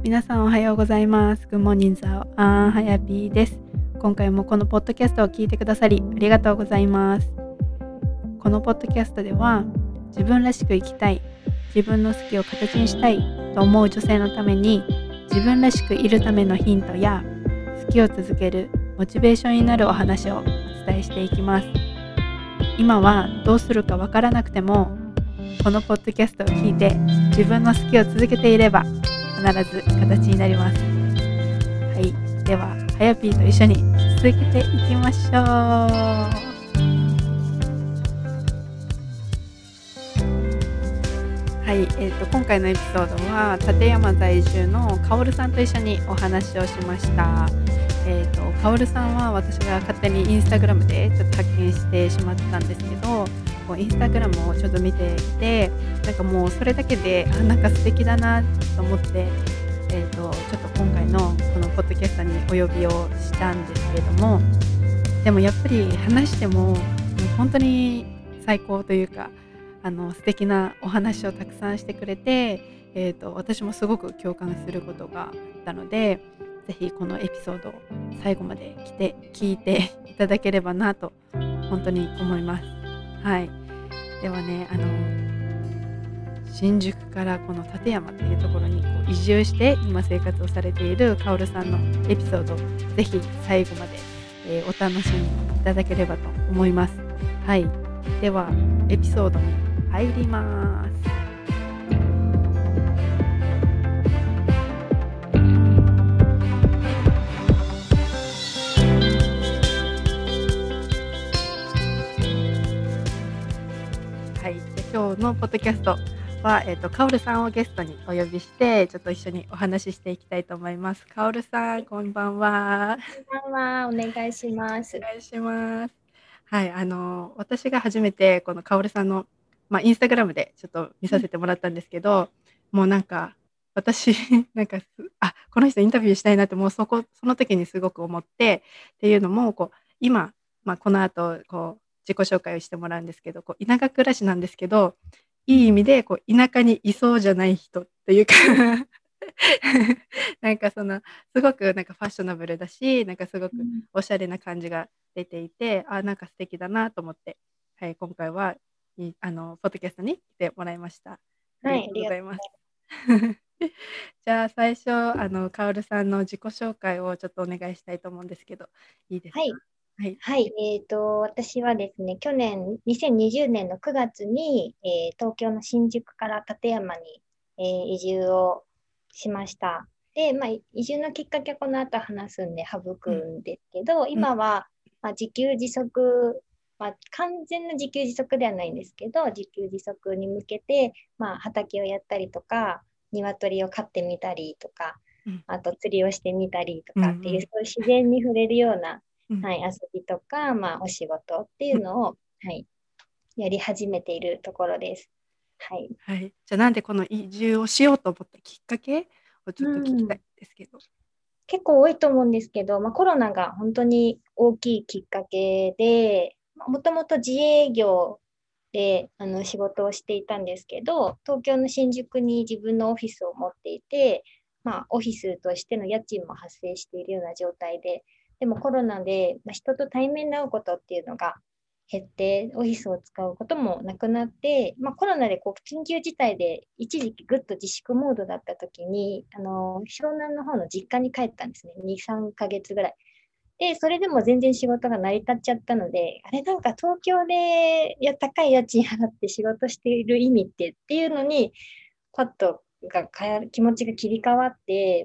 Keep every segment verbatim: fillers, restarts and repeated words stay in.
皆さんおはようございます。グッモーニンザオアンハヤピーです。今回もこのポッドキャストを聞いてくださりありがとうございます。このポッドキャストでは自分らしく生きたい、自分の好きを形にしたいと思う女性のために自分らしくいるためのヒントや好きを続けるモチベーションになるお話をお伝えしていきます。今はどうするかわからなくてもこのポッドキャストを聞いて自分の好きを続けていれば必ず形になります。はい、でははやぴーと一緒に続けていきましょう。はい、えーと、今回のエピソードは館山在住のかおるさんと一緒にお話をしました。えーと、かおるさんは私が勝手にインスタグラムでちょっと発見してしまったんですけど、こうインスタグラムをちょっと見ていて、なんかもうそれだけであなんか素敵だなと思って、えーと、ちょっと今回のこのポッドキャストにお呼びをしたんですけれども、でもやっぱり話しても、もう本当に最高というか、あの素敵なお話をたくさんしてくれて、えーと、私もすごく共感することがあったので、ぜひこのエピソードを最後まで来て聞いていただければなと本当に思います。はい、ではね、あの新宿からこの館山というところにこう移住して今生活をされているかおるさんのエピソードをぜひ最後まで、えー、お楽しみいただければと思います。はい、ではエピソードに入ります。はい、で今日のポッドキャストは、えーと、かおるさんをゲストにお呼びしてちょっと一緒にお話ししていきたいと思います。かおるさん、こんばんは。 こんばんは、お願いします。 お願いします。はい、あの私が初めてこのかおるさんの、まあ、インスタグラムでちょっと見させてもらったんですけど、もうなんか私なんかあこの人インタビューしたいなってもうそこその時にすごく思って、っていうのもこう今、まあ、この後こう自己紹介をしてもらうんですけど、こう田舎暮らしなんですけど、いい意味でこう田舎にいそうじゃない人というかなんかそのすごくなんかファッショナブルだし、なんかすごくおしゃれな感じが出ていて、あなんか素敵だなと思って、はい、今回はいあのポッドキャストに来てもらいました。ありがはい、ありがととうございます。じゃあ最初あのかおるさんの自己紹介をちょっとお願いしたいと思うんですけど、いいですか？ はい、 はい。 はい、えっと、私はですね、去年、にせんにじゅうねんのくがつに、えー東京の新宿から館山に、えー移住をしました。で、まあ、移住のきっかけはこの後話すんで省くうんんですけど、 うん今は、まあ、自給自足、まあ、完全な自給自足ではないんですけど、自給自足に向けて、まあ、畑をやったりとか、鶏を飼ってみたりとか、 うんあと釣りをしてみたりとうんうかっていう、 んそういう自然に触れるような、 うんはい、遊びとか、まあ、お仕事っていうん。 うのを、はい、やり始めているところです。はい。 はい。じゃあなんでこの移住をしようと思ったきっかけをちょっと聞きたいうん、 ですけど。 結構多いと思うんですけど、まあ、コロナが本当に大きいきっかけで、もともと自営業であの仕事をしていたんですけど、東京の新宿に自分のオフィスを持っていて、まあ、オフィスとしての家賃も発生しているような状態で、でもコロナで、まあ、人と対面で会うことっていうのが減って、オフィスを使うこともなくなって、まあ、コロナでこう緊急事態で一時期ぐっと自粛モードだった時に、あの湘南の方の実家に帰ったんですね。に、さんかげつぐらい。で、それでも全然仕事が成り立っちゃったので、あれなんか東京でいや高い家賃払って仕事している意味ってっていうのに、パッとが気持ちが切り替わって、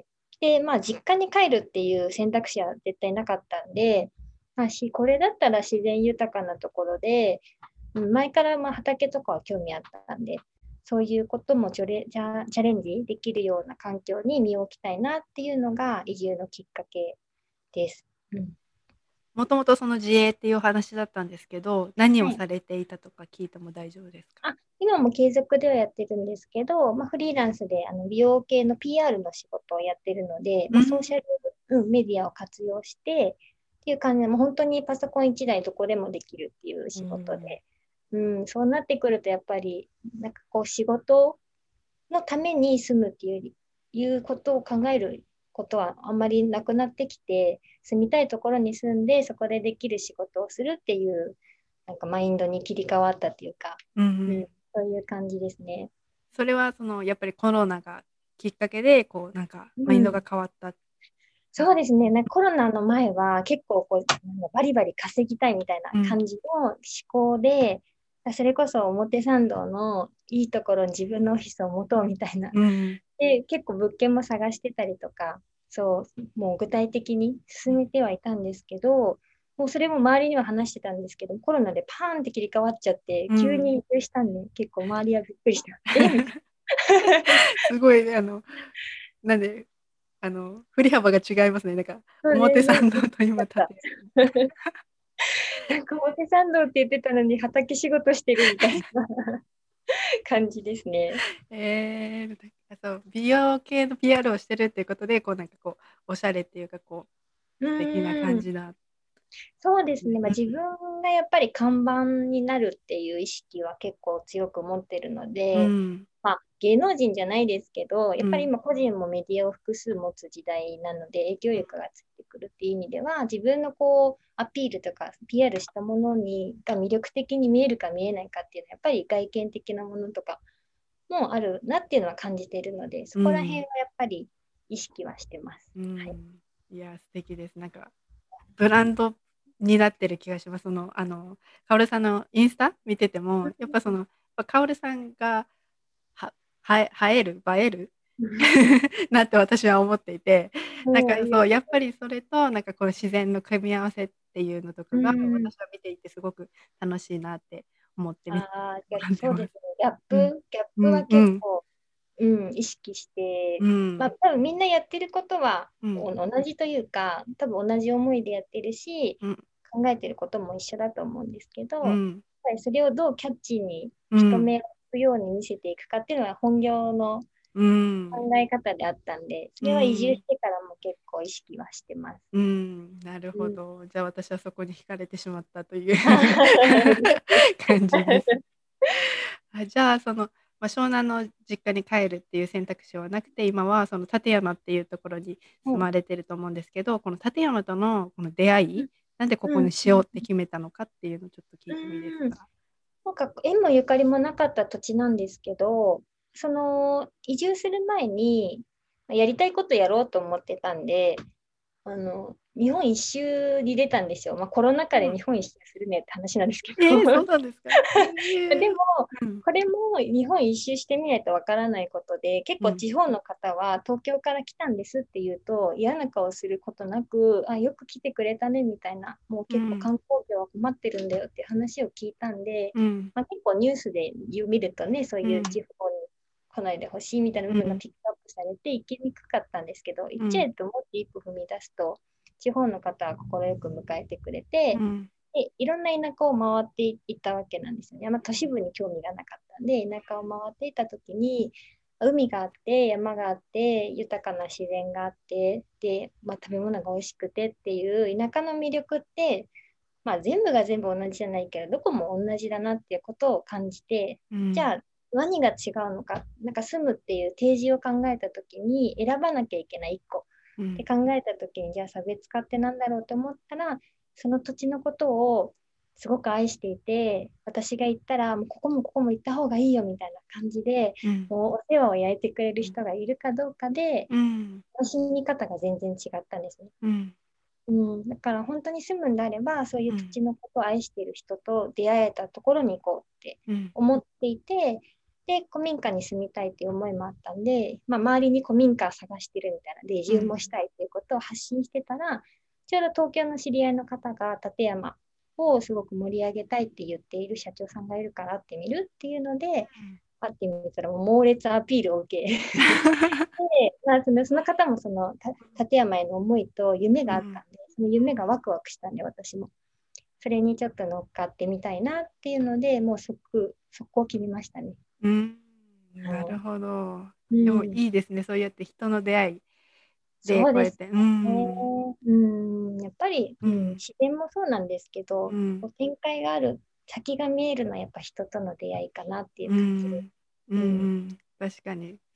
で、まあ実家に帰るっていう選択肢は絶対なかったんで、まあ、しこれだったら自然豊かなところで、前からまあ畑とかは興味あったんで、そういうこともチャレチャレンジできるような環境に身を置きたいなっていうのが移住のきっかけです。うん、 もともとその自営っていうお話だったんですけど、何はい。 をされていたとか聞いても大丈夫ですか？ あ、今も継続ではやってるんですけど、まあ、フリーランスであの美容系の ピーアール の仕事をやってるので、まあ、ソーうん。 シャル、うん、メディアを活用してっていう感じで、もう本当にパソコンいちだいどこでもできるっていうう仕事ん。 で、うん、そうなってくるとやっぱりなんかこう仕事のために住むっていうより、 いうことを考えることはあんまりなくなってきて、住みたいところに住んでそこでできる仕事をするっていうなんかマインドに切り替わったっていうか、 うんううん、 ん。 そういう感じですね。 それはそのやっぱりコロナがきっかけでこうなんかマインドうん、 が変わった。 そうですね。なんかコロナの前は結構こうなんだバリバリ稼ぎたいみたいなうん。 感じの思考で、それこそ表参道のいいところに自分のオフィスを持とうみたいな。 うん。 で、結構物件も探してたりとか、そう、もう具体的に進めてはいたんですけど、もうそれも周りには話してたんですけど、コロナでパーンって切り替わっちゃって、 うん。 急に移住したんで、結構周りはびっくりした。えみたいな。 すごい、あの、なんで、あの、振り幅が違いますね。なんか、 そう、 表全然違参道と今立った。 て。 なんか表参道って言ってたのに畑仕事してるみたいな感じですね。 えー、そう、美容系の ピーアール をしてるっていうことで、こうなんかこう、おしゃれっていうか、こうう、素敵な感ーん。 じだ。 そうですね。まあ、 うん。 自分がやっぱり看板になるっていう意識は結構強く持ってるので、 うん。 まあ、芸能人じゃないですけど、やうん。 っぱり今個人もメディアを複数持つ時代なので、影響力がついてくるっていう意味では、自分のこう、アピールとか ピーアール したものにが魅力的に見えるか見えないかっていうのは、やっぱり外見的なものとかもあるなっていうのは感じているので、そこら辺はやうん。 っぱり意識はしてます。 うはい。 ん。いや、素敵です。なんか、ブランドになってる気がします。その、あの、カオルさんのインスタ見てても、やっぱその、やっぱカオルさんがは、はえ、映える、映えるなって私は思っていて、なんかもうありがそう、やっぱとうございりそれと、なんかこう自然の組み合わせっていうのとかます。 が、 うん。 私は見ていてすごく楽しいなって思って見せてああ、 もらってます。 そうですね。ギャッうん。 プ、ギャッうん、 プはうん、 結構、うん、意識して、 うん、 まあ多分みんなやってることはうん、 お同じというか、多分同じ思いでやってるし、 うん、 考えてることも一緒だと思うんですけど、やっうん、 ぱりそれをどうキャッチーにうん、 人目を引くように見せていくかっていうのは本業のうん、 考え方であったんで、そうれは移住しん、 てからも結構意識はしてます。 うん、なるうん。 ほど。じゃあ私はそこに惹かれてしまったという嬉しい。 感じです。あ、じゃあ、その、まあ、湘南の実家に帰るっていう選択肢はなくて、今はその館山っていうところに住うんまれてると思うんですけど、この館山とのこの出会い、なんでここうんにしようって決めたのかっていうのをちょっと聞いてもいいですうん。 か？ なんか縁もゆかりもなかった土地なんですけど、その移住する前にやりたいことやろうと思ってたんで、あの日本一周に出たんですよ。まあ、コロナ禍でうん。 日本一周するねって話なんですけど。 えー、そうなんですか？えでも、 ー、うん、 これも日本一周してみないとわからないことで、結うん、 構地方の方は東京から来たんですって言うと嫌な顔することなく、あ、よく来てくれたねみたいな、もう結構うん、 観光業は困ってるんだよって話を聞いたんで、 うん、 まあ、結構ニュースで見るとね、そういう地うん、 方に来ないでほしいみたいな部分がうん、 ピックアップされて行きにくかったんですけど、行っちゃうん、 えともっと一歩踏み出すと、地方の方は快く迎えてくれて、 うん、 で、いろんな田舎を回っていったわけなんですよね。まあ、都市部に興味がなかったんで、田舎を回っていた時に、海があって、山があって、豊かな自然があって、で、まあ、食べ物が美味しくてっていう田舎の魅力って、まあ、全部が全部同じじゃないけど、どこも同じだなっていうことを感じて、 うん、 じゃあ、何が違うのか、なんか住むっていう提示を考えたときに、選ばなきゃいけない一個ってうん、 考えたときに、じゃあ差別化ってなんだろうと思ったら、その土地のことをすごく愛していて、私が行ったら、もうここもここも行った方がいいよみたいな感じで、 うん、 もうお世話を焼いてくれる人がいるかどうかで、 うん、 楽しみ方が全然違ったんですね。 うん、 うん、だから本当に住むんであれば、そういう土うん、 地のことを愛している人と出会えたところに行こうってうん、 思っていて、で、古民家に住みたいっていう思いもあったんで、まあ、周りに古民家を探してるみたいなで、移住もしたいっていうことを発信してたら、ちょうど東京の知り合いの方が館山をすごく盛り上げたいって言っている社長さんがいるから会ってみるっていうので、会ってみたらもう猛烈アピールを受けで、まあ、そのその方もそのた立山への思いと夢があったんで、その夢がワクワクしたんで、私も。それにちょっと乗っかってみたいなっていうので、もう即、速攻決めましたね。 うん、なるはほど。 い。 でもうん。 いいですね。そうやって人の出会いでそうですこうやって、うん、 ね。うん。やっぱり、うん、 うん、 自然もそうなんですけど、 うん、 こう展開がある、先が見えるのはやっぱ人との出会いかなっていうう感じで。 ん、うん、ううん。 ん、確かに。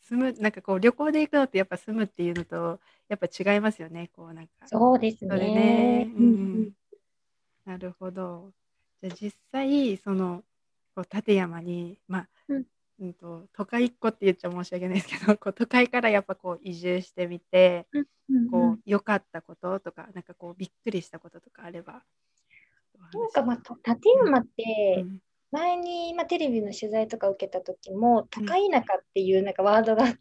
住む、なんかこう旅行で行くのってやっぱ住むっていうのとやっぱ違いますよね。こうなんか。 そうですそれね。 ね。 うんううんうん。 ん。なるほど。じゃあ実際、その、こう立山に、まあ、 うんうんと、都会っ子って言っちゃ申し訳ないですけど、こう都会からやっぱこう移住してみて、 うんうんうん。 こう良かったこととか、なんかこうびっくりしたこととかあれば、おなんかまあ、 話し。 と立うん、 山って、 うん、 前に、まあ、テレビの取材とか受けた時も、都うん、 会田舎っていうなんかワードがあって、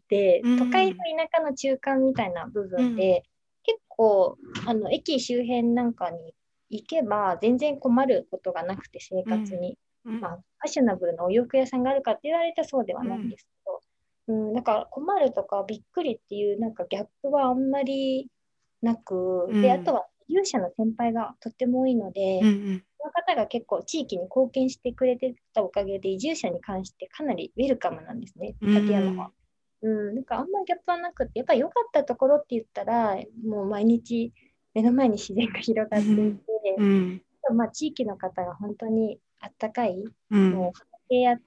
う都会とん、 田舎の中間みたいな部うん、 分で、結構、あの、駅周辺なんかに行けば、全然困ることがなくて、生うん、 活に。 うん、 まあ、ファッショナブルなお洋服屋さんがあるかって言われたらそうではないんうん、 ですけど、うん、だから困るとかびっくりっていうなんかギャップはあんまりなく、で、あとうん、 は移住者の先輩がとっても多いので、 うん、 その方が結構地域に貢献してくれてたおかげで移住者に関してかなりウェルカムなんですね、 う立山は。 ん、 うん、なんかあんまりギャップはなくて、やっぱり良かったところって言ったら、もう毎日目の前に自然が広がっていて、 うん、 まあ、地域の方が本当にあったかい、 うん、 もう畑やって、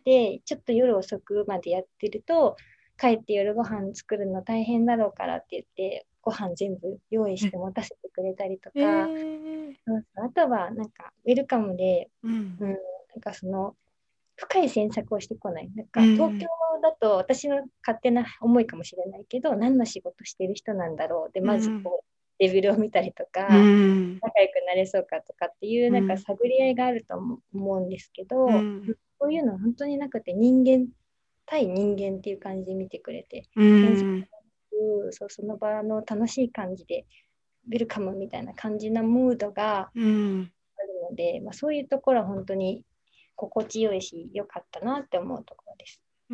ちょっと夜遅くまでやってると、帰って夜ご飯作るの大変だろうからって言って、ご飯全部用意して持たせてくれたりとえか、 ー、 そうそうあとはなんかウェルカムで、 うん、 うん、なんかその深い詮索をしてこない。なんうか東京ん、 だと私の勝手な思いかもしれないけど、何の仕事してる人なんだろうで、まずうん、 こう、レベルを見たりとうか、 ん、 仲良くなれそうかとかっていうなんかうん、 探り合いがあると思思うんですけど、 うん、 こういうのは本当になくて人間対人間っていう感じで見てくれて、 う建設ん、 そうその場の楽しい感じで、ウェルカムみたいな感じなムードがうん、 あるので、まあ、そういうところは本当に心地よいし、良かったなって思うところです。 うん。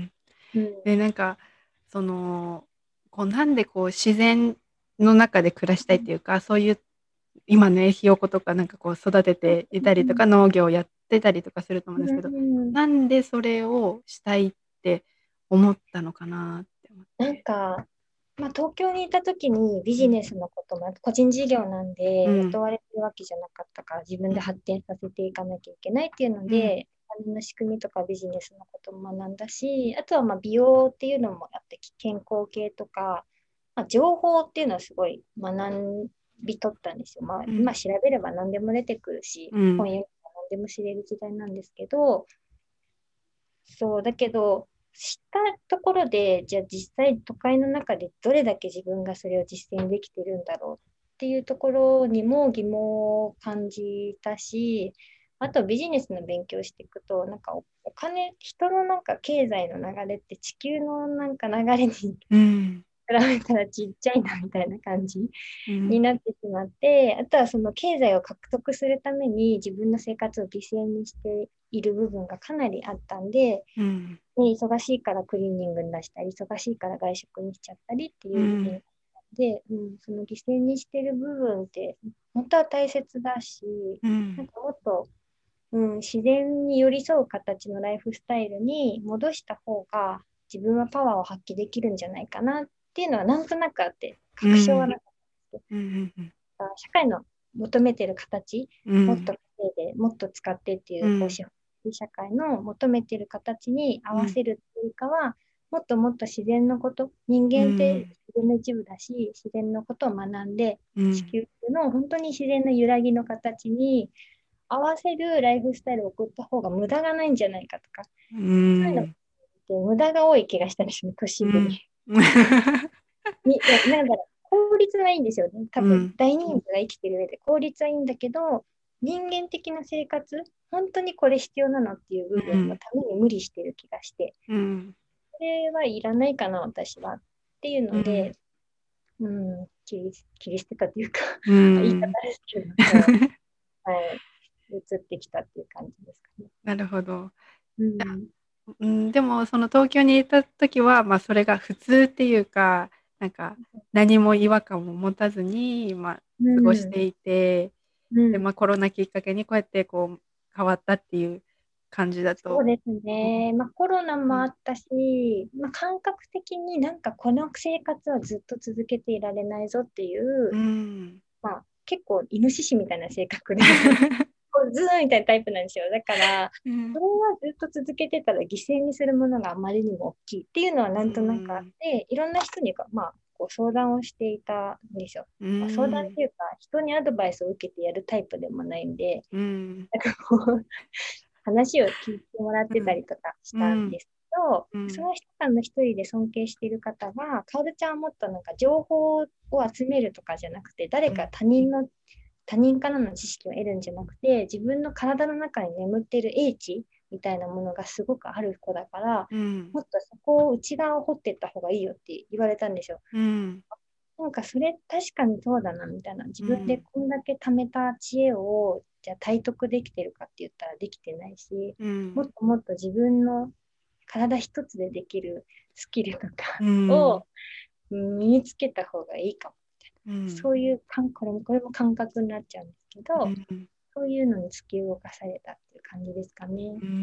うん。 で、なんか、その、こう、なんでこう、自然の中で暮らしたいっていうか、そういう、今ね、ひよことかなんかこう、育てていたりとか、農業やってたりとかすると思うんですけど、 うん、 なんでそれをしたいって思ったのかなって思っなんて。 か、まあ、東京にいた時にビうん、 ジネスのことも個人事業なんで雇うん、 われてるわけじゃなかったから自分うん、 で発展させていかなきゃいけないっていうのうん、 で、お金の仕組みとかビジネスのことも学んだし、あとはまあ美容っていうのもやってき、健康系とか、まあ、情報っていうのはすごい学び取ったんですよ。まあ、 うん、 今調べれば何でも出てくるし、 うん、 本読めば何でも知れる時代なんですけど、そう、だけど、知ったところで、じゃあ実際都会の中でどれだけ自分がそれを実践できてるんだろうっていうところにも疑問を感じたし、あとビジネスの勉強していくと、なんかお、お金、人のなんか経済の流れって地球のなんか流れに比うん、 べたらちっちゃいなみたいな感じうん、 になってしまって、あとはその経済を獲得するために自分の生活を犠牲にしている部分がかなりあったんで、 うん、 で忙しいからクリーニングに出したり、忙しいから外食にしちゃったりっていう部分で、うん、その犠牲にしてる部分って本当は大切だし、 うん、 なんかもっと、うん、自然に寄り添う形のライフスタイルに戻した方が自分はパワーを発揮できるんじゃないかなっていうのはなんとなくあって、 うん、 確証はなかったですうん、うん、 けど、社会の求めてる形、 うん、 もっと稼いで、もっと使ってっていう、こう、 うん、 資本主義社会の求めてる形に合うん、 わせるっていうかは、もっともっと自然のこと、人う間ってん、 自然の一部だし、自然のことを学んで、 うん、 地球の本当に自然の揺らぎの形に合わせるライフスタイルを送った方が無駄がないんじゃないかとか、 うそういうのっん、 て無駄が多い気がしたんですね、都市部に。 うん、 に、いや、なんだろう、効率はいいんですよね。多分、 うん、 大人数が生きてる上で効率はいいんだけど、人間的な生活、本当にこれ必要なのっていう部分のために無理してる気がして、 うん、 それはいらないかな、私は。っていううん、 ので、うん、切り、切り捨てたというかう言い方ん。 ですけど、はい、はい、移ってきたっていう感じですかね。 なるほど。 うん、 うん、でもその東京にいた時は、まあ、それが普通っていうか、なんか何も違和感を持たずに、まあ、 う過ごしん、 ていて、で、 うん。 まあ、コロナきっかけにこうやってこう変わったっていう感じだと。 そうですうん、 ね。まあコロナうん、 もあったし、まあ、感覚的になんかこの生活はずっと続けていられないぞっていうう、 ん、 まあ結構イノシシみたいな性格でうズーンみたいなタイプなんですよ。だから、 うんそれはずっと続けてたら犠牲にするものがあまりにも大きいっていうのはなんとなくあって、いろんな人にまあ、こう相談をしていたんですよ。 うまあ、相談っんていうか、人にアドバイスを受けてやるタイプでもないんで、 うんなんかこう話を聞いてもらってたりとかしうんたんですけど、 うんその人からの一人で尊敬している方は、かおるちゃんはもっとなんか情報を集めるとかじゃなくて、誰か他人の、他人からの知識を得るんじゃなくて、自分の体の中に眠っている英知みたいなものがすごくある子だから、 うんもっとそこを内側を掘っていった方がいいよって言われたんですよ。 うんなんかそれ確かにそうだなみたいな。自分でうんこんだけ貯めた知恵をじゃあ体得できてるかって言ったらできてないし、 うんもっともっと自分の体一つでできるスキルとかうんを身につけた方がいいかも。 うんそういう感これも、これも感覚になっちゃうんですけど、 うんそういうのに突き動かされたっていう感じですかね。 うん、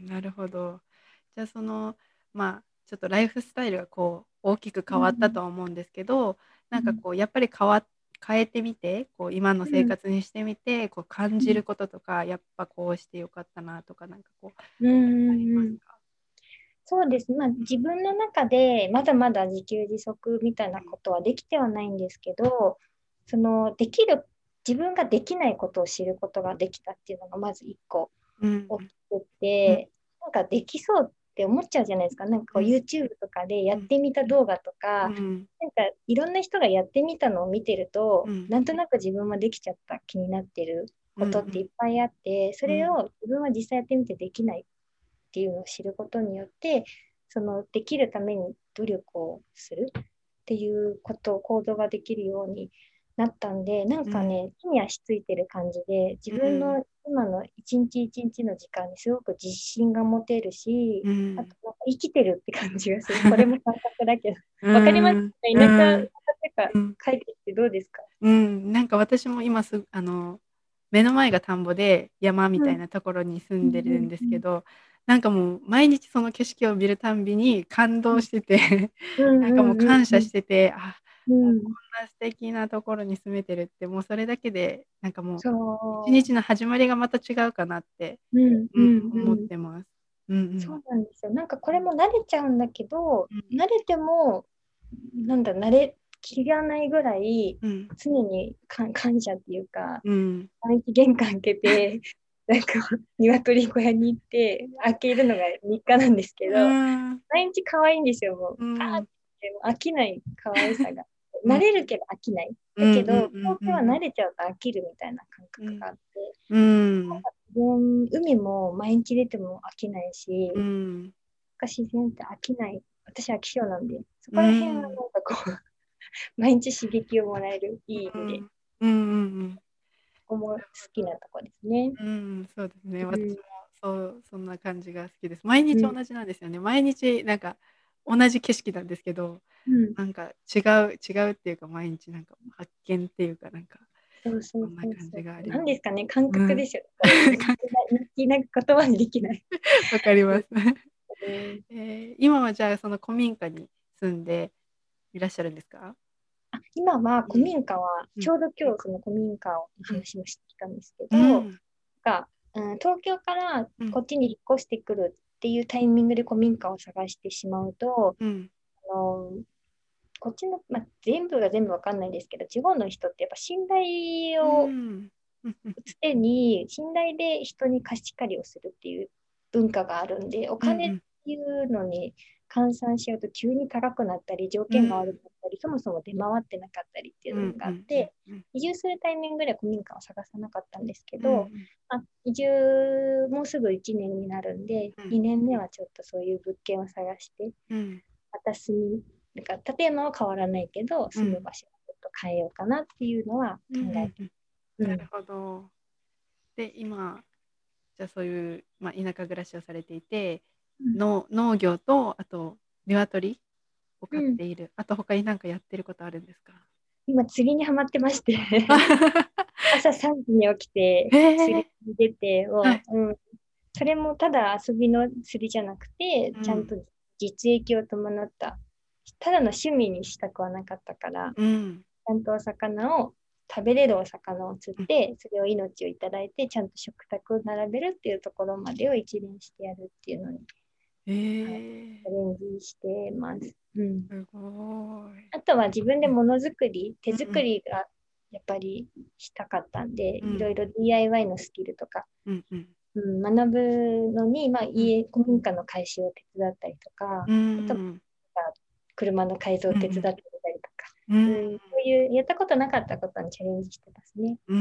なるほど。じゃあそのまあちょっとライフスタイルがこう大きく変わったとは思うんですけど、なんかこうやっぱり変わ変えてみてこう今の生活にしてみてこう感じることとか、やっぱこうしてよかったなとかなんかこううんうんありうん。 ますか？ そうです。まあ、自分の中でまだまだ自給自足みたいなことはできてはないんですけど、そのできる、自分ができないことを知ることができたっていうのがまず一個うん大きくうんて、なんかできそうって思っちゃうじゃないですか。なんかこううん YouTube とかでやってみた動画とか、 うんなんかいろんな人がやってみたのを見てると、 うんなんとなく自分もできちゃった気になってることっていっぱいあって、それを自分は実際やってみてできないっていうのを知ることによって、そのできるために努力をするっていうことを行動ができるようになったんで、なんかね、地に足ついてる感じで、自分の今の一日一日の時間にすごく自信が持てるし、 うんあとなんか生きてるって感じがする。これも感覚だけど。 うわかりますん田舎、 うん田舎っていうか、 うん書いてってどうですか？ うん、なんか私も今すあの目の前が田んぼで山みうん。 たいなところに住うんんでるんですうんけど、なんかもう毎日その景色を見るたんびに感動しててうなんかもうんうん感謝してて、あ、もうこうんうん。 んな素敵なところに住めてるって、もうそれだけでなんかもう一そ日の始まりがまた違うかなって、 う。うんうん、 うんう思っん。 てます。うんうん。 そうなんですよ。なんかこれも慣れちゃうんだけど、 うん慣れても、なんだ、慣れきらないぐらい、 うん常にか感謝っていうか、 うん毎日玄関開けて、なんか、鶏小屋に行って、開けるのが日課なんですけうど、 ん毎日可愛いんですよ、もう。パーっうんてもう飽きない可愛さが。 うん慣れるけど飽きない。 うんだけど、 うん東京は慣れちゃうと飽きるみたいな感うん覚があって、 うん全海も毎日出ても飽きないし、 うん自然って飽きない。私飽き性なんで、そうこら辺はなんんかこう、毎日刺激をもらえる、いい意味で、 うんうんうんここも好きなとこですね。 うん、そうですね。 うん。 私もそうそんな感じが好きです。毎日同うん。 じなんですよね。毎日なんか同じ景色なんですけど、 うん。 なんか違う違うっていうか毎日なんか発見っていうかなんかそうそうそんな感そうそう。 じがあります。 何ですかね、感うん。 覚でしょ。これ、日記なんか言葉にできない。 わかりうん。 ます。 うん。 えー今はじゃあその古民家に住んでいらっしゃるんですか？ あ、今は古うん。 民家は、 うん。 ちょうど今日その古民家のうん。 話もしてきたんですけうど、 ん。 が、うん、東京からうん。 こっちに引っ越してくるっていうタイミングで古民家を探してしまうと、 うん。 あのこっちの、まあ、全部が全部わかんないですけど、地方の人ってやっぱ信頼うをん。うんうん常に信頼で人に貸し借りをするっていう文化があるんで、お金ってうんいうのに換算しようと急に高くなったり、条件が悪うんかったり、そもそも出回ってなかったりっていうんうのがうんうんあって、 うん移住するタイミングでは古民家を探さなかったんですけど、 うんまあ、移住もうすぐいちねんになるんで、 うんにねんめはちょっとそういう物件を探して、 うんまた住み、なんか建物は変わらないけど、住むうん場所をちょっと変えようかなっていうのはうんう考えて、 んうん。 うん。 なるほど。で、今、じゃあそういう、まあ、田舎暮らしをされていて、 うん。 の農業と、あと、鶏を飼っうん。 ている。あと、他に何かやってることあるんですか？ 今、釣りにハマってましてあ朝さんじに起きて、 へ釣え、 りに出て、 はい。 もう、うん。それもただ遊びの釣りじゃなくて、 うん、 ちゃんと実益を伴った、ただの趣味にしたくはなかったから、 うん、 ちゃんとお魚を食べれるお魚を釣って、それを命をいただいて、ちゃんと食卓を並べるっていうところまでを一連してやるっていうのに、 えはい、チャー、 レンジしてます。うん。 すごい。 あとは自分でうんものづくり、手作うんりがやっぱりしたかったんで、 うんいろいろ ディーアイワイ のスキルとか、 うんうんうん、学ぶのに、まあ、 うん家、古民家の改修を手伝ったりとか、 うあと、 ん車の改造を手伝ってみたりとか、 うんうん、そういうやったことなかったことにチャレンジしてますね。 うん、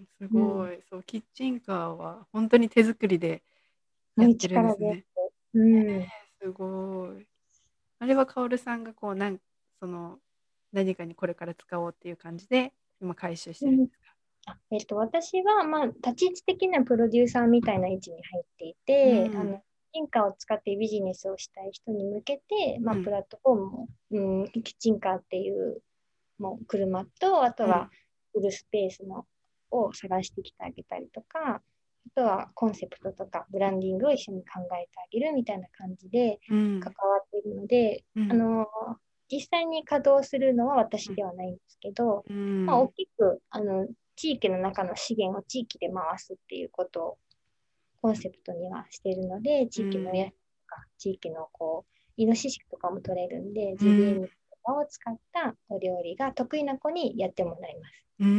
すうん、 ごい。そう、キッチンカーは本当に手作りでもうやってるんで一からですね。 す。うん。 すごい。あれはカオルさんがこう、なん、その、何かにこれから使おうっていう感じで、今回収してるんうんですか？ あえっと、私は、まあ、立ち位置的なプロデューサーみたいな位置に入っていて、あうん、 の、キッチンカーを使ってビジネスをしたい人に向けて、まあ、プうん、 ラットフォームを、うん、キッチンカーっていうもう車と、あとはうん、 売るスペースのを探してきてあげたりとか、あとはコンセプトとかブランディングを一緒に考えてあげるみたいな感じでうん、 関わっているので、 うん、 あの、実際に稼働するのは私ではないんですけど、 うまあ、大ん、 きくあの地域の中の資源を地域で回すっていうことをコンセプトにはしているので、地域の親とか、地域のこう、イノシシとかも取れるんで、 うん、 ジビエ肉とかを使ったお料理が得意な子にやってもらいます。 うん、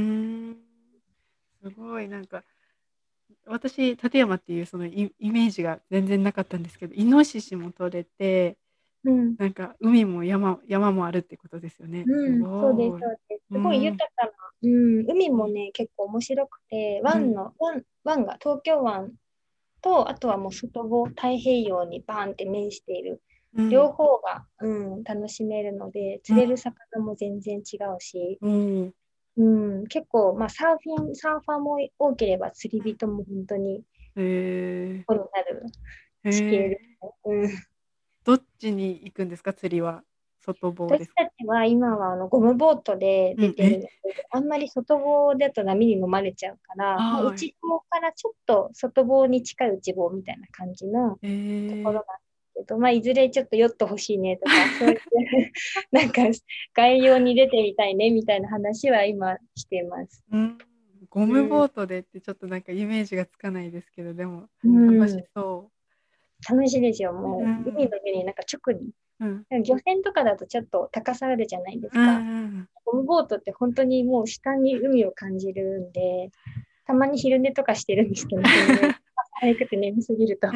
すごい、なんか、私、立山っていうそのイ、イメージが全然なかったんですけど、イノシシも取れて、 うん。 なんか海も山、山もあるってことですよね。すうん、そうです、 ごい。 そうです。すごいうん、 豊かな、うん、海うん、 もね、結構面白くて、 うん、 湾の、湾、湾が、東京湾と、あとはもう外房、太平洋にバーンって面している、 うん、 両方が、うん、楽しめるので、釣れる魚も全然違うし、 うん、うん、 うん、結構、まあ、サーフィン、サーファーも多ければ釣り人も本当にへえ、 こになるへ地形でえ、 すね。うん、 どっちに行くんですか、釣りは？外房ですか？ 私たちは今はあのゴムボートでうん、え、 出てるので、あんまり外房だと波に飲まれちゃうから、まあ、 はい。 内房からちょっと外房に近い内房みたいな感じのへところえ、 なんですけど、まあ、いずれちょっとヨット欲しいねとか、そういうなんか概要に出てみたいねみたいな話は今しています。 うん、ゴムうんボートでってちょっとなんかイメージがつかないですけど、でもう楽しん、 そ楽しいですよ。 う。うもう海ん、 の上になんか直に。 うん、 漁船とかだとちょっと高さあるじゃないですうか。 ん、 ゴムボートって本当にもう下に海を感じるんで、たまに昼寝とかしてるんですけど、その上、早くて眠すぎるとうん。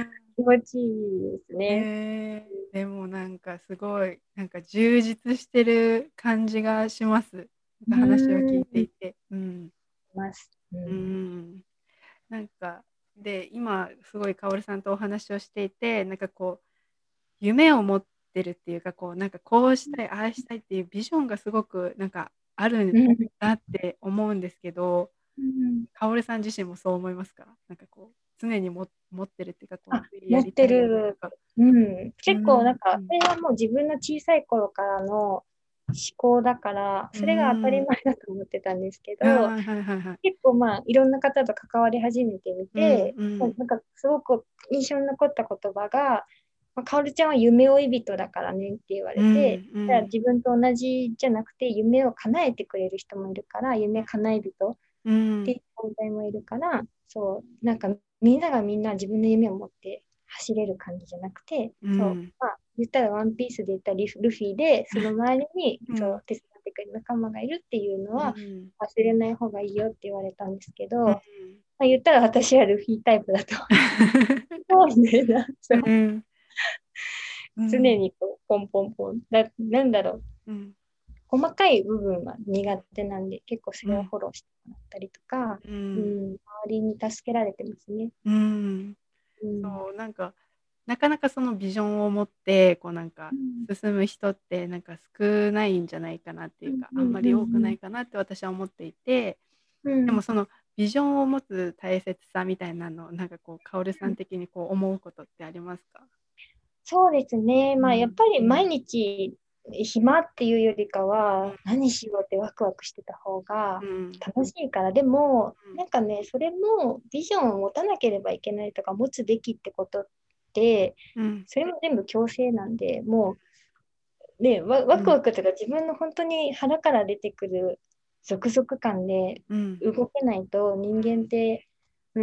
気持ちいいですえね。 ー、でもなんかすごいなんか充実してる感じがします。なんうか話を聞いてーん、 いて。うん。 ます。ううん。 ん。なんか、で、今すごいカオルさんとお話をしていて、なんかこう、夢を持ってるっていうか、こう、なんかこうしたい、ああしたいっていうビジョンがすごくなんかあるんうん。 だって思うんですけど、 うんカオルさん自身もそう思いますか？なんかこう、常にも持ってるっていうか、こう、 あ、 次や持ってりたいなとる。 か。 うん。結構なうん。 んか、 うん。 それはもう自分の小さい頃からの思考だから、 うそれが当たりん。 前だと思ってたんですけど、 はいはいはいはい。 結構まあいろんな方と関わり始めてみうんて、 うんまあなんかすごく印象に残った言葉が、まあ、かおるちゃんは夢追い人だからねって言わうれて、じゃあんうん自分と同じじゃなくて夢を叶えてくれる人もいるから、夢叶え人っうんていう存在もいるから、そう、なんかみんながみんな自分の夢を持って走れる感じじゃなくて、そう、 うんまあ言ったらワンピースで言ったらルフィで、その周りにうんそう手伝ってくれる仲間がいるっていうのうは、 ん忘れない方がいいよって言われたんですけど、 うんまあ、言ったら私はルフィタイプだと。そうねな、そう。 うんうん常にこうポンポンポン。だ、なんだろう。 うん細かい部分は苦手なんで、結構それをうんフォローしてもらったりとか、 うんうん、周りに助けられてますね。 うんうん。 そうなんかなかなかそのビジョンを持ってこうなんかうん進む人ってなんか少ないんじゃないかなっていうかあんうんまり多くなうんいかなって私は思っていて、 うんうん。 でもそのビジョンを持つ大切さみたいなのをなんかこうカオルさん的にこう思うことってありますか？ そうですね。まあ、やっうんぱり毎うん日暇っていうよりかは、 うん何しようってワクワクしてた方がうん楽しいから、でも、 うんなんかね、それもビジョンを持たなければいけないとか、持つべきってことって、 うんそれも全部強制なんで、もう、ね、ワワクうんワクとか自分の本当に腹から出てくるゾクゾク感でうん動けないと人間って、うん、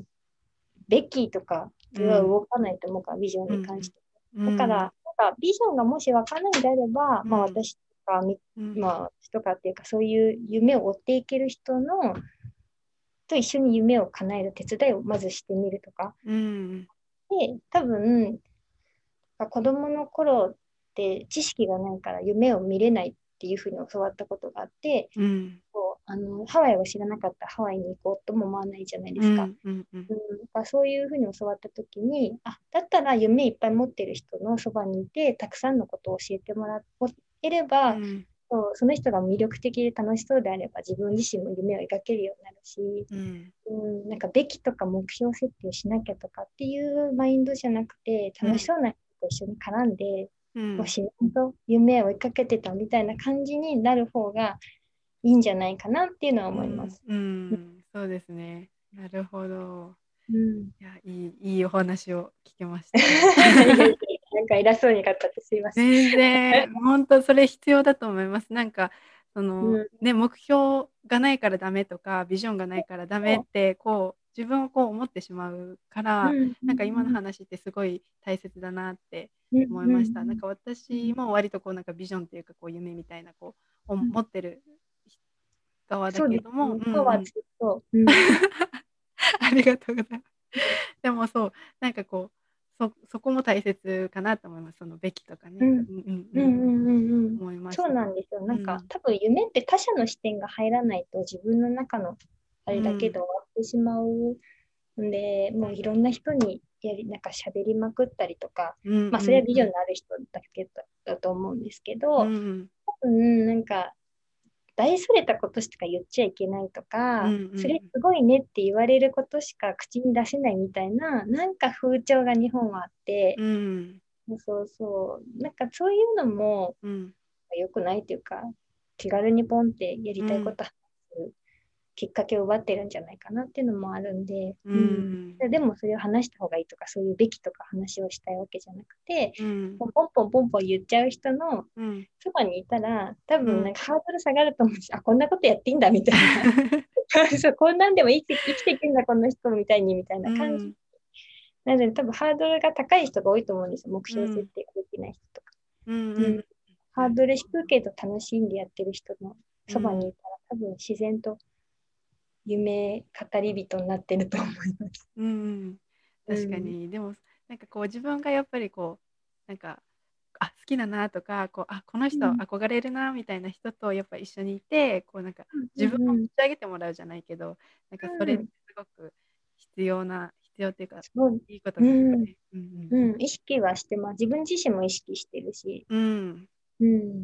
ベッキーとかうではん動かないと思うから、ビジョンうんに関して。 うんだから、なんかビジョンがもし分からないんであれば、まあうん私とか、みうんまあ私とかっていうか、そういう夢を追っていける人のと一緒に夢を叶える手伝いをまずしてみるとか。 うんで、多分、子供の頃って知識がないから夢を見れないっていうふうに教わったことがあって、 うんこうあのハワイを知らなかったらハワイに行こうとも思わないじゃないでうすか。 んうんうんうん、だからそういうふうに教わったときに、あ、だったら夢いっぱい持ってる人のそばにいて、たくさんのことを教えてもらえれば、 うんそうその人が魅力的で楽しそうであれば、自分自身も夢を描けるようになるし、 うんうん、なんかべきとか目標設定しなきゃとかっていうマインドじゃなくて、楽しそうな人と一緒に絡んで、もううん自然と夢を追いかけてたみたいな感じになる方がいいんじゃないかなっていうのはうん思います。 うんそうですね。なるほど。 うん。 いや、いい、いいお話を聞けました。 いやいやなんか偉そうに語ってすいません。 全然、本当それ必要だと思います。なんか、その、 うん。 ね、目標がないからダメとか、ビジョンがないからダメっそて、こう、自分をこう思ってしまうかう。うら、 ん。うなんか今のん。 話ってすごい大切だなってうん。うん。 思いました。なんか私も割とこう、なんかビジョンっていうか、こう、夢みたいな、こう、おうん。 持ってる側だそうけども、 ですね。 うんうん。 パワーつくと。うん。 ありがとうございます。でもそう、なんかこう、そ、そこも大切かなと思います。そのべきとかね。 うん。 うんうんうん。 うんうんうんうん。そう思いました。 なんですよ。なんか、 うん。 多分夢って他者の視点が入らないと自分の中のあれだけでうん。 終わってしまうんで、もういろんな人にやり、なんか喋りまくったりとか、 うんまあそれはビジョンうんのある人だけだだと思うんですけうん。 ど、 うん多分なんか大それたことしか言っちゃいけないとうんか、それうんすごいねって言われることしか口に出せないみたいな、なんか風潮が日本はあって、 うんそうそう、なんかそういうのもうん良くないっていうか、気軽にポンってやりうんたいこと話すきっかけを奪ってるんじゃないかなっていうのもあるんで、 ううん、 んででもそれを話した方がいいとか、そういうべきとか話をしたいわけじゃなくて、 うんポンポンポンポンポン言っちゃう人のうんそばにいたら、多うん分なんかハードル下がると思うんです。あ、こんなことやっていいんだみたいな。そう、こんなんでも生きて生きていけんだ、こんな人みたいにみたいな感じ。 うんなので多分ハードルが高い人が多いと思うんですよ。目標設うん定ができない人とか。 うんうん。 うん。ハなるードル低いけど楽しんでやってる人のそばにうんいたら、多分自然と夢語り人になってると思います。 うんうんうん。 確かに。でもなんかこう自分がやっぱりこうなんかあ好きだなとかこうあこの人うん。 憧れるなみたいな人とやっぱ一緒にいてこうなんかうん。 自分を持うん。 ち上げてもらうじゃないけどなんかそれってうん。 すごく必要な必要っていうかそう。 いいことですようん。 ね。うんうん。意識はしてます。自分自身も意識してるし。 うんうんうん。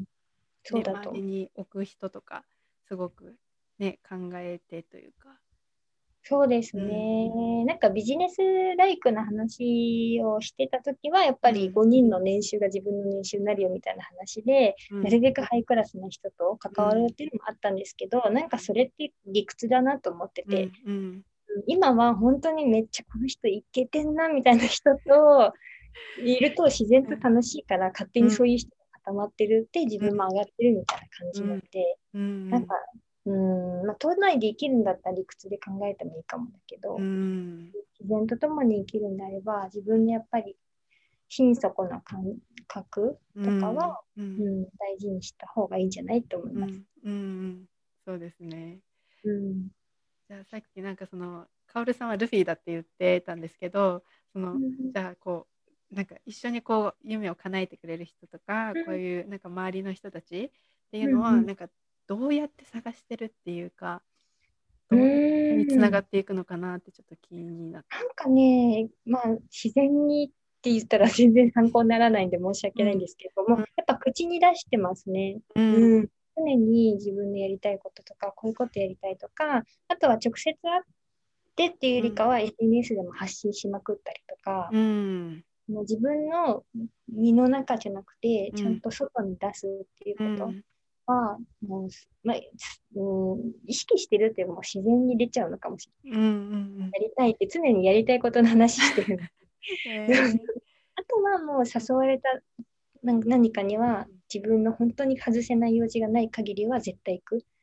そうねだと思う。 周りに置く人とかすごくね考えてというか。 そうですうんね。なんかビジネスライクな話をしてたときは、やっぱりうんごにんの年収が自分の年収になるよみたいな話で、 うんなるべくハイクラスな人と関わるっていうのもあったんですけど、なんかそれって理屈だなと思ってて、 うんうん今は本当にめっちゃこの人イケてんなみたいな人といると自然と楽しいから勝手うんにそういう人が固まってるって自うん分も上がってるみたいな感じなんうんで、 うんうんなんか、うーん、まあ、都内で生きるんだったら理屈で考えてもいいかもだけうど、 ん自然と共に生きるんであれば、自分のやっぱり心底の感覚うとかんは、うん、 うん大事にした方がいいんじゃないと思います。 うんうんそうですね。 うん。 じゃあさっきなんかそのカオルさんはルフィだって言ってたんですけどそのうん。 じゃあこうなんか一緒にこう夢を叶えてくれる人とかうん。 こういうなんか周りの人たちっていううん。 のうん。 はなんかどうやって探してるっていうかうどういうふうにつながーん。 っていくのかなってちょっと気になって。 なんかね、まあ、自然にって言ったら全然参考にならないんで申し訳ないんうんですけども、やっぱ口に出してますね。 うんうん。常に自分のやりたいこととか、こういうことやりたいとか、あとは直接会ってっていうようんりかは エスエヌエス でも発信しまくったりとか、 うんもう自分の身の中じゃなくて、ちゃんうんと外に出すっていうことうんは、もう、まあ、うん、意識してるっていうのも自然に出ちゃうのかもしれうんうんない。やりたいって常にやりたいことの話してる。 うんえーあとはもう誘われた何何かには自分の本当に外せない用事がない限りは絶対行く。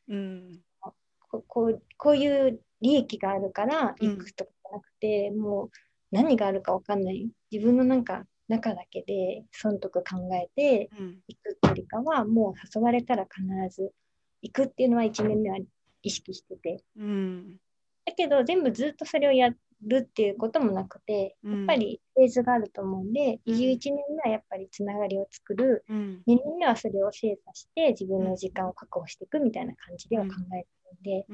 うん、 ここう、こういう利益があるからうん、 行くとかじゃなくて、もう何があるか分かんない。自分のなんか中だけで損得考えてうん、 行くっていうよりかは、もう誘われたら必ず行くっていうのはいちねんめは意識してて。 うん、 だけど全部ずっとそれをやるっていうこともなくて、やっぱうん、 りフェーズがあると思うんで、移住うん、 いちねんめはやっぱりつながりを作る、 うん、 にねんめはそれを精査して自分うん、 の時間を確保していくみたいな感じでは考えてるんで、 うん、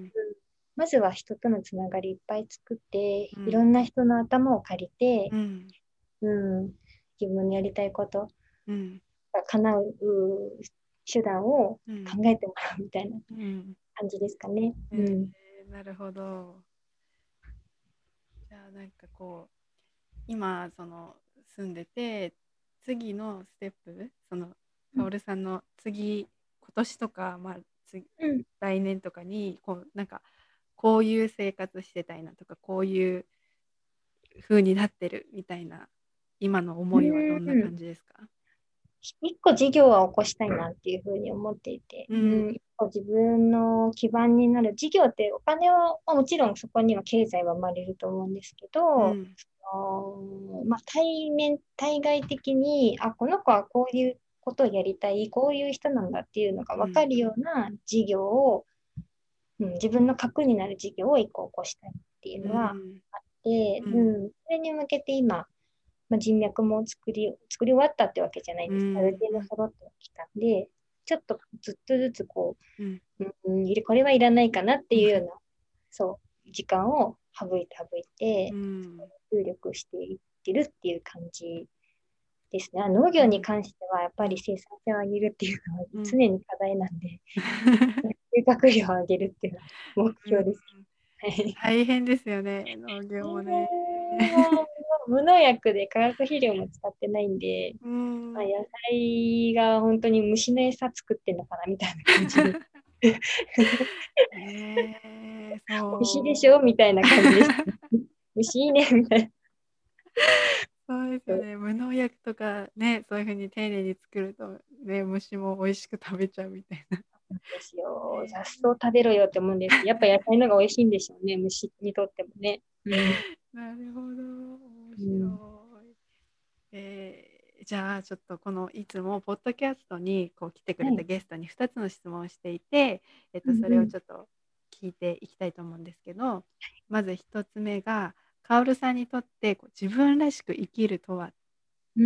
まずは人とのつながりいっぱい作って、 うん、 いろんな人の頭を借りて、 うん、 うん、自分のやりたいことうん、 が叶う手段をうん、 考えてもらうみたいなうん、 感じですかね。うえん。 ー、なるほど。じゃあなんかこう今その住んでて次のステップそのうん。 カオルさんの次今年とか、まあ、次うん。 来年とかにこうなんかこういう生活してたいなとかこういう風になってるみたいな今のう思いはどんなん。 感じですか？ 一個事業は起こしたいなっていうふうに思っていて、 うん、 うん、一個自分の基盤になる事業ってお金を、まあ、もちろんそこには経済は生まれると思うんですけど、 うん、 あのまあ、対面、対外的に、あ、この子はこういうことをやりたい、こういう人なんだっていうのがうん、 分かるような事業を、うん、自分の核になる事業を一個起こしたいっていううのはん、 あって、 うん、 うん、それに向けて今、まあ、人脈も作り、作り終わったってわけじゃないんうですけど、あるん、 程度揃ってきたんで、ちょっとずっとずつこうん、 う、うん、これはいらないかなっていうような、そう、時間を省いて省いうて、 ん、 注力していってるっていう感じですね。農業にうん、 関しては、やっぱり生産性を上げるっていうのはうん。 常に課題なんで、収穫量を上げるっていうのは目うん、 標です。はい。 大変ですよね、農業もね。 もう無農薬で化学肥料も使ってないんで、 うまあ、 ん。 野菜が本当に虫の餌作ってんのかなみたいな感じで。 ねえ、 美味しいでそう。 しょみたいな感じです。虫いいねみたいな。 そうですそうよね。無農薬とかね、そういう風に丁寧に作るとね、虫も美味しく食べちゃうみたいな。 ですよ。雑ね草食べろよって思うんですけど、やっぱ野菜の方が美味しいんでしょうね、虫にとってもね。うん。 なるほど、面うん。 白い。えーじゃあちょっとこのいつもポッドキャストにこう来てくれたはい。 ゲストにふたつの質問をしていて、えっと、それをうんうん。 ちょっと聞いていきたいと思うんですけど、まずひとつめが、カオルさんにとってこう自分らしく生きるとは？ うん。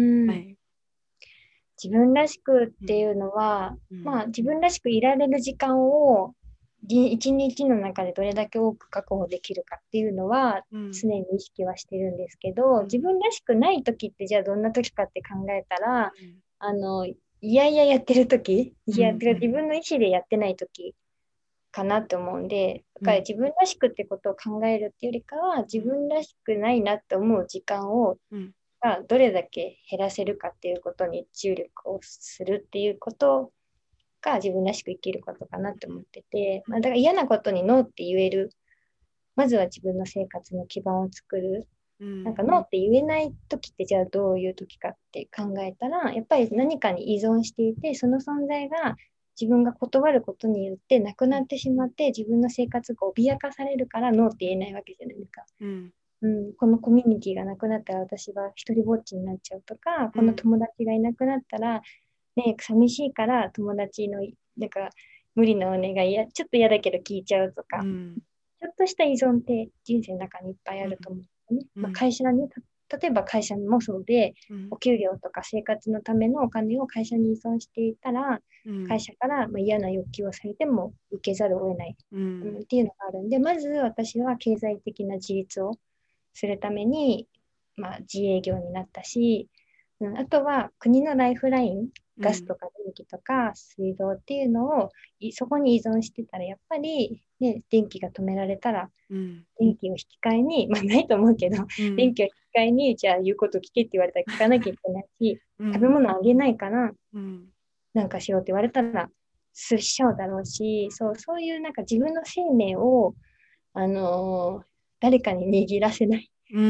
はい。 自分らしくっうん、 ていうのは、 うん、 まあ自分らしくいられる時間をい一日の中でどれだけ多く確保できるかっていうのはうん、 常に意識はしてるんですけど、 うん、 自分らしくない時ってじゃあどんな時かって考えたら、 うん、 あの、いやいややってる時、いや、 うん、 てか自分の意思でやってない時かなって思うんで、だからうん、 自分らしくってことを考えるっていうよりかは、自うん、 分らしくないなって思う時間をうん、 がどれだけ減らせるかっていうことに注力をするっていうことが自分らしく生きることかなって思ってて、まあ、だから嫌なことにノーって言える。まずは自分の生活の基盤を作る。 うん、 なんかノーって言えない時ってじゃあどういう時かって考えたら、やっぱり何かに依存していて、その存在が自分が断ることによってなくなってしまって自分の生活が脅かされるからノーって言えないわけじゃないですか。 うん、 うん、このコミュニティがなくなったら私は一人ぼっちになっちゃうとか、このうん、 友達がいなくなったら、ね、寂しいから友達のなんか無理なお願いや、ちょっと嫌だけど聞いちゃうとか、 うん、 ちょっとした依存って人生の中にいっぱいあると思うんですね。まあ、 うん、 会社に、例えば会社もそうで、 うん、 お給料とか生活のためのお金を会社に依存していたら、 うん、 会社からまあ嫌な欲求をされても受けざるを得ない、うん、 うん、 っていうのがあるんで、まず私は経済的な自立をするために、まあ、自営業になったし、うん、あとは国のライフライン、ガスとか電気とか水道っていうのをそこに依存してたら、やっぱり、ね、電気が止められたら、 うん、 電気を引き換えに、まあないと思うけど、 うん、 電気を引き換えに、じゃあ言うこと聞けって言われたら聞かなきゃいけないし、 うん、 食べ物あげないから、 うん、 なんかしようって言われたら、すしちゃうだろうし、そう、そういうなんか自分の生命を、あのー誰かに握らせない。 うん、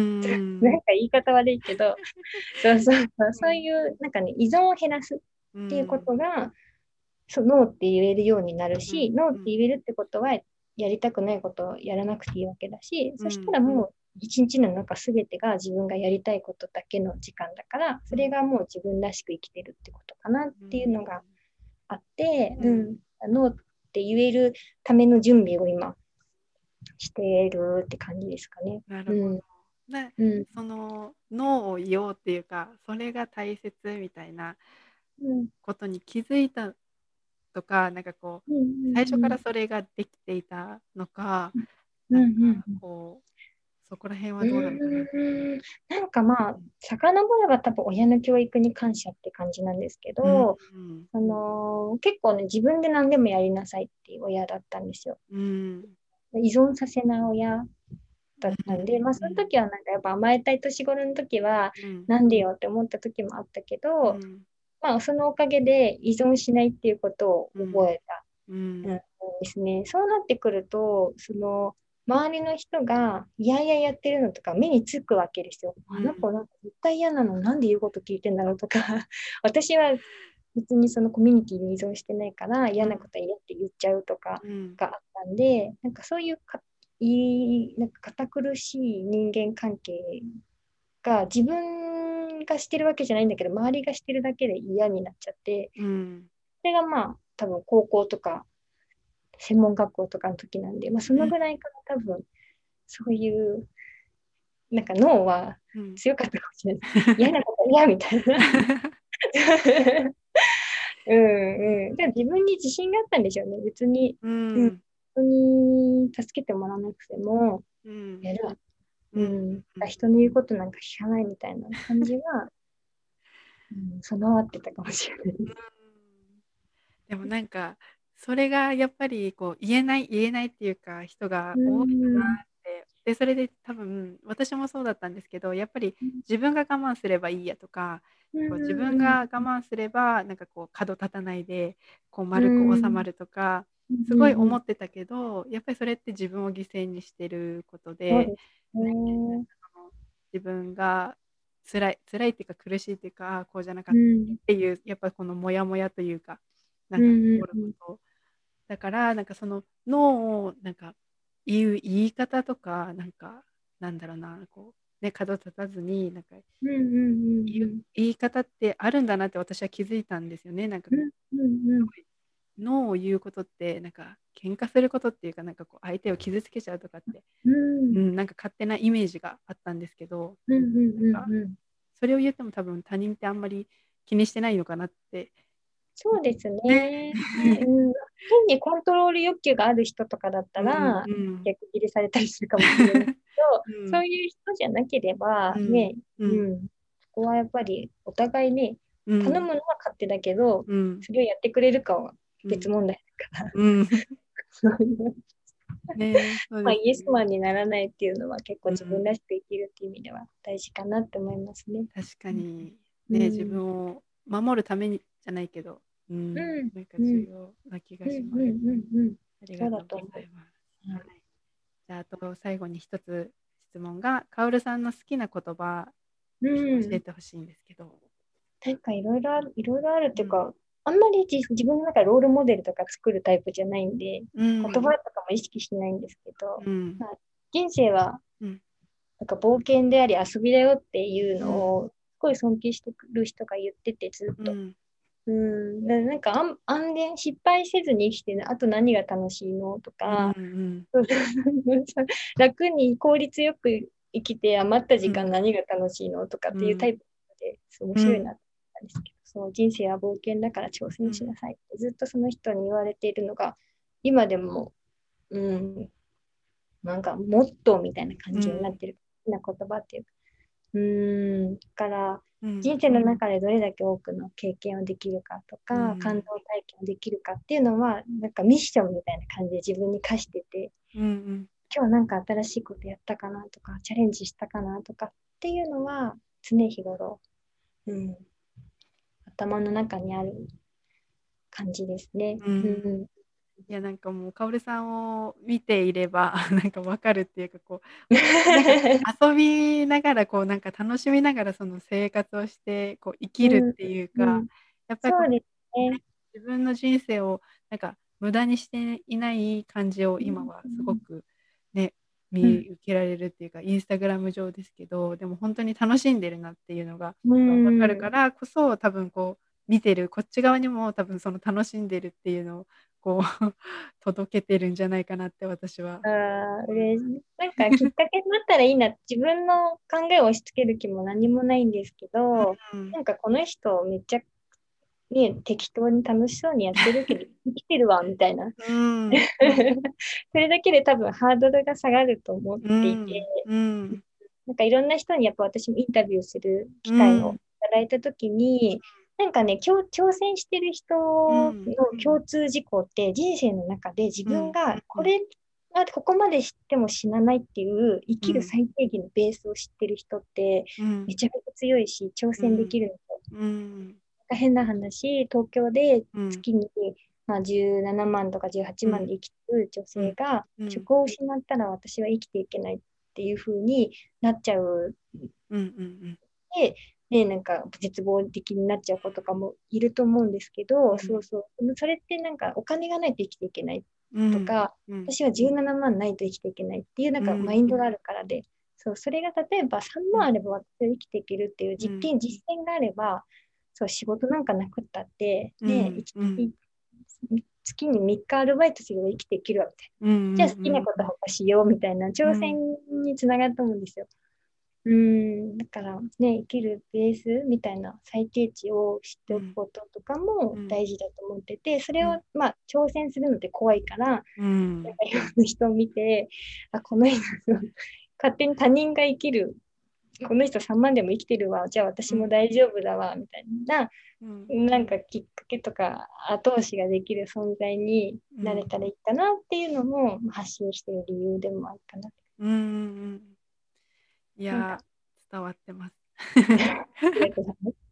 なんか言い方悪いけど、そうそうそう、そういうなんかね、依存を減らすっていうことがそう、ノーって言えるようになるうし、 んノーってうん言えるってことは、やりたくないことをやらなくていいわけだし、そしたうんらもう一日の中すべてが自分がやりたいことだけの時間だから、それうんがもう自分らしく生きてるってことかなっうんていうのがあって、 うん。 うん、ノーって言えるための準備を今してるって感じですかね。 なるほど。 うん、 で、 うん、 そのノーを言おうっていうか、それが大切みたいなうん、 ことに気づいたとか、なんかこう、 うん、 最初うん、 からそれができていたのか、 うん、 なんかうん。 こう、そこら辺はうどうなのかな。 ーん、なんかまあ、 うん遡れば多分親の教育に感謝って感じなんですけうんど、 うんあのー結構ね、自分で何でもやりなさいっていう親だったんですよ。 うん依存させない親だったんで、まあそのうん時はなんかやっぱ甘えたい年頃の時は、 うんなんでよって思った時もあったけど、 うんまあそのおかげで依存しないっていうことをうん覚えたうんうんですね。そうなってくると、その、周りの人がいやいややってるのとか目につくわけですよ。あの子なんか絶対嫌なのなんで言うこと聞いてんだろうとか私は別にそのコミュニティに依存してないから嫌なことは嫌って言っちゃうとかうんがあったんで、なんかそういうかいいなんか堅苦しい人間関係が自分がしてるわけじゃないんだけど周りがしてるだけで嫌になっちゃって、 うんそれがまあ多分高校とか専門学校とかの時なんで、まあ、そのぐらいから多分、そういう、なんか脳はうん強かったかもしれないです。嫌なこと嫌みたいな。うんうん。でも自分に自信があったんでしょうね。別に、 ううん、 ん人に助けてもらわなくても、 うんやる。 うんうん。 うん人の言うことなんか聞かないみたいな感じは、うん、備わってたかもしれないです。 でもなんかそれがやっぱりこう言えない言えないっていうか人がう多いんだなん。 って。でそれで多分私もそうだったんですけど、やっぱり自分が我慢すればいいやとか、 うこう自分がん。 我慢すればなんかこう角立たないでこうう丸く収まん。 るとか、 うすごいん。 思ってたけど、やっぱりそれって自分を犠牲にしてることで、 そうですね。 その自分が辛い辛いっていうか苦しいっていうか、ああこうじゃなかったうん。 っていうやっぱこのモヤモヤというか、なんかうん。 残るうん。 ことだから、なんかそのノーをなんか言う言い方とか、なんかなんだろうな、こうね、角立たずになんかうんうん言う言い方ってあるんだなって私は気づいたんですよね。なんかこううんうんうんノーを言うことってなんか喧嘩することっていうか、なんかこう相手を傷つけちゃうとかって、 うんうん、なんか勝手なイメージがあったんですけど、 うんうんなんかうんうん。 それを言っても多分他人ってあんまり気にしてないのかなって。 そうですね。 ね。うん、変にコントロール欲求がある人とかだったうんら、 うん逆ギレされたりするかもしれないけど、 うんそういう人じゃなければ、 うんね、 うんうん、そこはやっぱりお互いね、 うん頼むのは勝手だけど、 うんそれをやってくれるかはうん別問題だから、 うんそういうね、そうまあ、 ですイエスね。 マンにならないっていうのは結構うん、 自分らしく生きるっていう意味では大事かなって思いますね。 確かに、ね、自うん。 分を守るためにじゃないけど、ううん、 ん。 なんかうん。 重要な気うん。 がします。 うん。うん。うん。 ありそうがとうごだと思ざいます。 う。ははい。 い。 じゃあ、あと最後に一つ質問が、カオルさんの好きな言葉、 うぜひ教えん。 てほしいんですけど。 なんかいろいろある、いろいろあるってうん、 いうか、あんまり自、自分の中でロールモデルとか作るタイプじゃないんで、 うん、 言葉とかも意識しないんですけど、 うん、 まあ、人生はうん、 なんか冒険であり遊びだよっていううん、 のを、すごい尊敬してくる人が言ってて、ずっと。 うん、 うん、だからなんか安安全、失敗せずに生きて、あと何が楽しいのとうん、 か、 うん、 楽に効率よく生きて余った時うん、 間何が楽しいのとかっうん、 ていうタイプで、面うん、 白いなって思ったんですけど、そう人生は冒険だから挑戦しなさいってずっとその人に言われているのが、今でも、うん、なんかモットーみたいな感うん、 じになってる好きな言葉っていうか、うん、だからうん、 人生の中でどれだけ多くの経験をできるかとか、感動体験をできるかっていうのは、なんかミッションみたいな感じで自分に課してて、 うん、 今日なんか新しいことやったかなとか、チャレンジしたかなとかっていうのは、常日頃、うん、頭の中にある感じですね。 うん。 うん。 いや、なんかもう、カオルさんを見ていれば、なんかわかるっていうか、こう、本当になんか遊びながら、こう、なんか楽しみながらその生活をして、こう、生きるっうん、 ていうか、 うん。 やっぱりこう、 そうですね。 自分の人生をなんか無駄にしていない感じを今はすごくね、見受けられるっていうか、インスタグラム上ですけど、でも本当に楽しんでるなっていうのがうわかるん。 から、こそ多分こう見てるこっち側にも多分その楽しんでるっていうのをこう届けてるんじゃないかなって私はああ、 思います。 嬉しい。なんかきっかけになったらいいな。自分の考えを押し付ける気も何もないんですけど、 うん。 なんかこの人めっちゃね、適当に楽しそうにやってるけど、生きてるわ、みたいな。 うん。 それだけで多分ハードルが下がると思っうていて、 ん。うん。 なんかいろんな人にやっぱ私もインタビューする機会をうん。 いただいたときに、なんかね、挑挑戦してる人のうん。 共通事項って人生の中で自うん。 分がうん。 これがここまで知っても死なないっていう生きるうん。 最低限のベースを知ってる人ってうん。 めちゃくちゃ強いし挑戦でうん。 きるんですよ。 うん。 変な話、東京でうん。 月に、まあ、じゅうななまんとかじゅうはちうん。 まんで生きてる女うん。 性が、 うん。 職を失ったら私は生きていけないっていう風になっちゃううん。 で、ね、なんか絶望的になっちゃう子とかもいると思うんですけど、そうそう。それってなんかお金がないと生きていけないうん。 とか、 うん。 私はじゅうななまんないと生きていけないっていうなんかマうん。 インドがあるからで、そう、それが例えばさんまんあれば私は生きていけるっていううん。 実験、実践があれば、そう、仕事なんかなくったって、ね、生うん。 きうん。 月にみっかアルバイトすれば生きていけるわ、みたいな。 うん。 じゃあ好きなこと他しようみたいな挑戦につながると思うんですよ。うん、だからね、生きるベースみたいな最低値を知っておくこととかも大事だと思ってて、それをまあ挑戦するのって怖いから、なんかいろんな人を見て、あ、この人、勝手に他人が生きる、この人さんまんでも生きてるわ、じゃあ私も大丈夫だわ、みたいな、なんかきっかけとか後押しができる存在になれたらいいかなっていうのも発信してる理由でもあるかな。 うん。うん。いなんか、 やー、伝わってます。 ありがとうございます。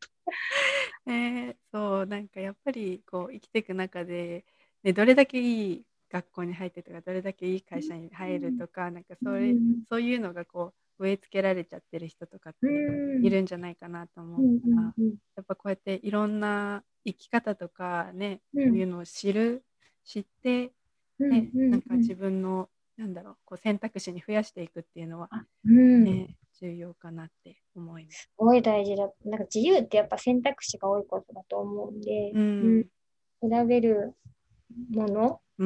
えー、そうなんかやっぱりこう生きていく中で、ね、どれだけいい学校に入ってとかどれだけいい会社に入るとかなんかうそれんそういうのがこう植え付けられちゃってる人とかっうていんるんじゃないかなと思ううんからうんやっぱこうやっていろんな生き方とかねうんそういうのを知る知って、 うんね、 うんうんなんか自分のなんだろうこう選択肢に増やしていくっていうのは、 うんね、重要かなって思います。 すごい大事だ。なんか自由ってやっぱ選択肢が多いことだと思うんで、 ううん、 ん、 選べるものうん、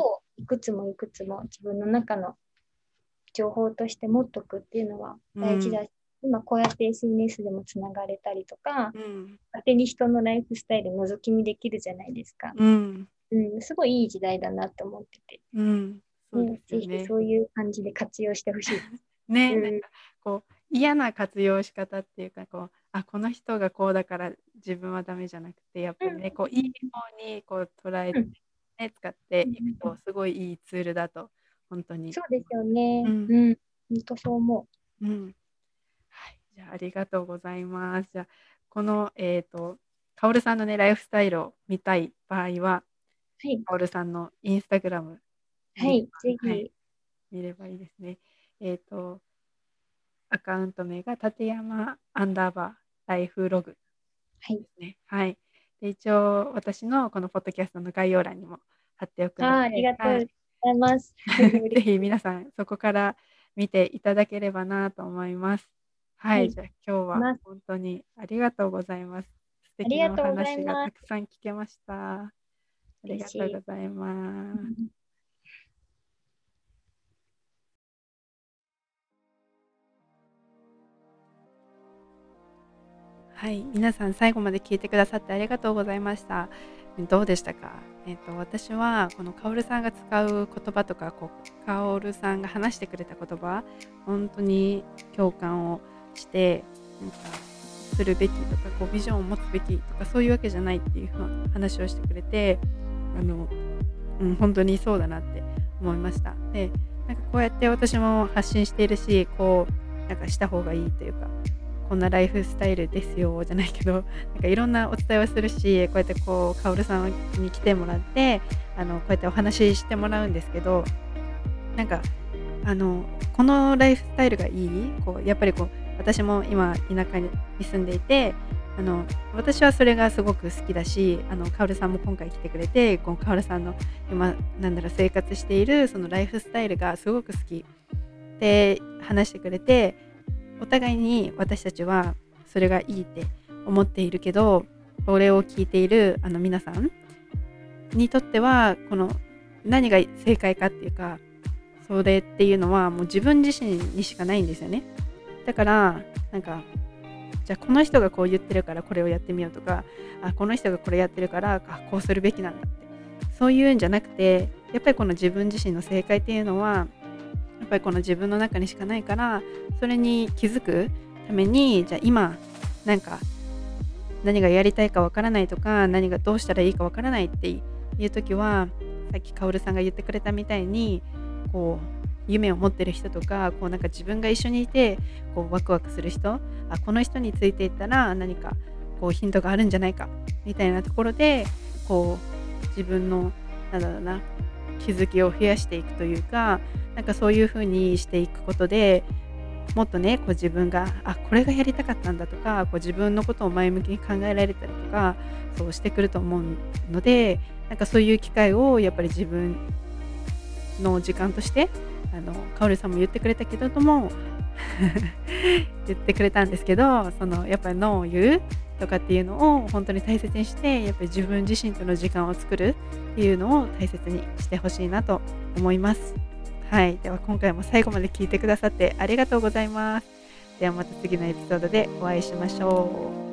をいくつもいくつも自分の中の情報として持っとくっていうのはうん、 大事だし、今こうやって エスエヌエス でもつながれたりとか、 うん、 勝手に人のライフスタイル覗き見できるじゃないですか。 うん。 うん、すごいいい時代だなって思ってて、 うん、そうでね、ぜひすよね。 そういう感じで活用してほしいです。 ね、なんうん、 かこう嫌な活用し方っていうかこうあこの人がこうだから自分はダメじゃなくてやっうん、 ぱりねこういい方にこう捉えて、 うん、 ね、使っていくうん、 とすごいいいツールだと本当にそうですよね。 うん、 うん、本当そう思うん、はい、じゃあありがとうございます。じゃあこのえっとカオルさんのねライフスタイルを見たい場合はう。はい、 カオルさんのインスタグラム見れはい、ぜば、はい、 ひ、 見ればいいですね。えっとアカウント名が立山アンダーバーライフログはい。 ですね。はい。で、一応私のこのポッドキャストの概要欄にも貼っておくのあー、ありで、 がとうはい。 ございます。嬉ぜひしい。 皆さんそこから見ていただければなと思います。はい。 はい、 じゃあ今日はます。 本当にありがとうございます。素あり敵なおがとうござい話がます。 たくさん聞けました。ありがとうご嬉しざいます。 い。 はい、皆さん最後まで聞いてくださってありがとうございました。どうでしたか？えっと、私はこのカオルさんが使う言葉とか、こうカオルさんが話してくれた言葉、本当に共感をして、なんかするべきとか、こうビジョンを持つべきとかそういうわけじゃないっていう話をしてくれて、あの、うん、本当にそうだなって思いました。で、なんかこうやって私も発信しているし、こうなんかした方がいいというか。こんなライフスタイルですよじゃないけどなんかいろんなお伝えをするしこうやってこうカオルさんに来てもらってあのこうやってお話ししてもらうんですけどなんかあのこのライフスタイルがいいこうやっぱりこう私も今田舎に住んでいてあの私はそれがすごく好きだし、あのカオルさんも今回来てくれて、このカオルさんの今なんだろう生活しているそのライフスタイルがすごく好きで話してくれて、お互いに私たちはそれがいいって思っているけど、これを聞いているあの皆さんにとってはこの何が正解かっていうか、それっていうのはもう自分自身にしかないんですよね。だからなんか、じゃあこの人がこう言ってるからこれをやってみようとか、あこの人がこれやってるからあこうするべきなんだって、そういうんじゃなくて、やっぱりこの自分自身の正解っていうのはやっぱりこの自分の中にしかないから、それに気づくために、じゃあ今なんか何がやりたいかわからないとか、何がどうしたらいいかわからないっていう時は、さっきカオルさんが言ってくれたみたいに、こう夢を持ってる人とか、こうなんか自分が一緒にいてこうワクワクする人、あこの人についていったら何かこうヒントがあるんじゃないかみたいなところで、こう自分のなんだろうな気づきを増やしていくというか、なんかそういう風にしていくことで、もっとねこう自分があこれがやりたかったんだとか、こう自分のことを前向きに考えられたりとか、そうしてくると思うので、なんかそういう機会をやっぱり自分の時間として、あのカオルさんも言ってくれたけれども言ってくれたんですけど、そのやっぱりノーを言うとかっていうのを本当に大切にして、やっぱり自分自身との時間を作るっていうのを大切にしてほしいなと思います。はい、では今回も最後まで聞いてくださってありがとうございます。ではまた次のエピソードでお会いしましょう。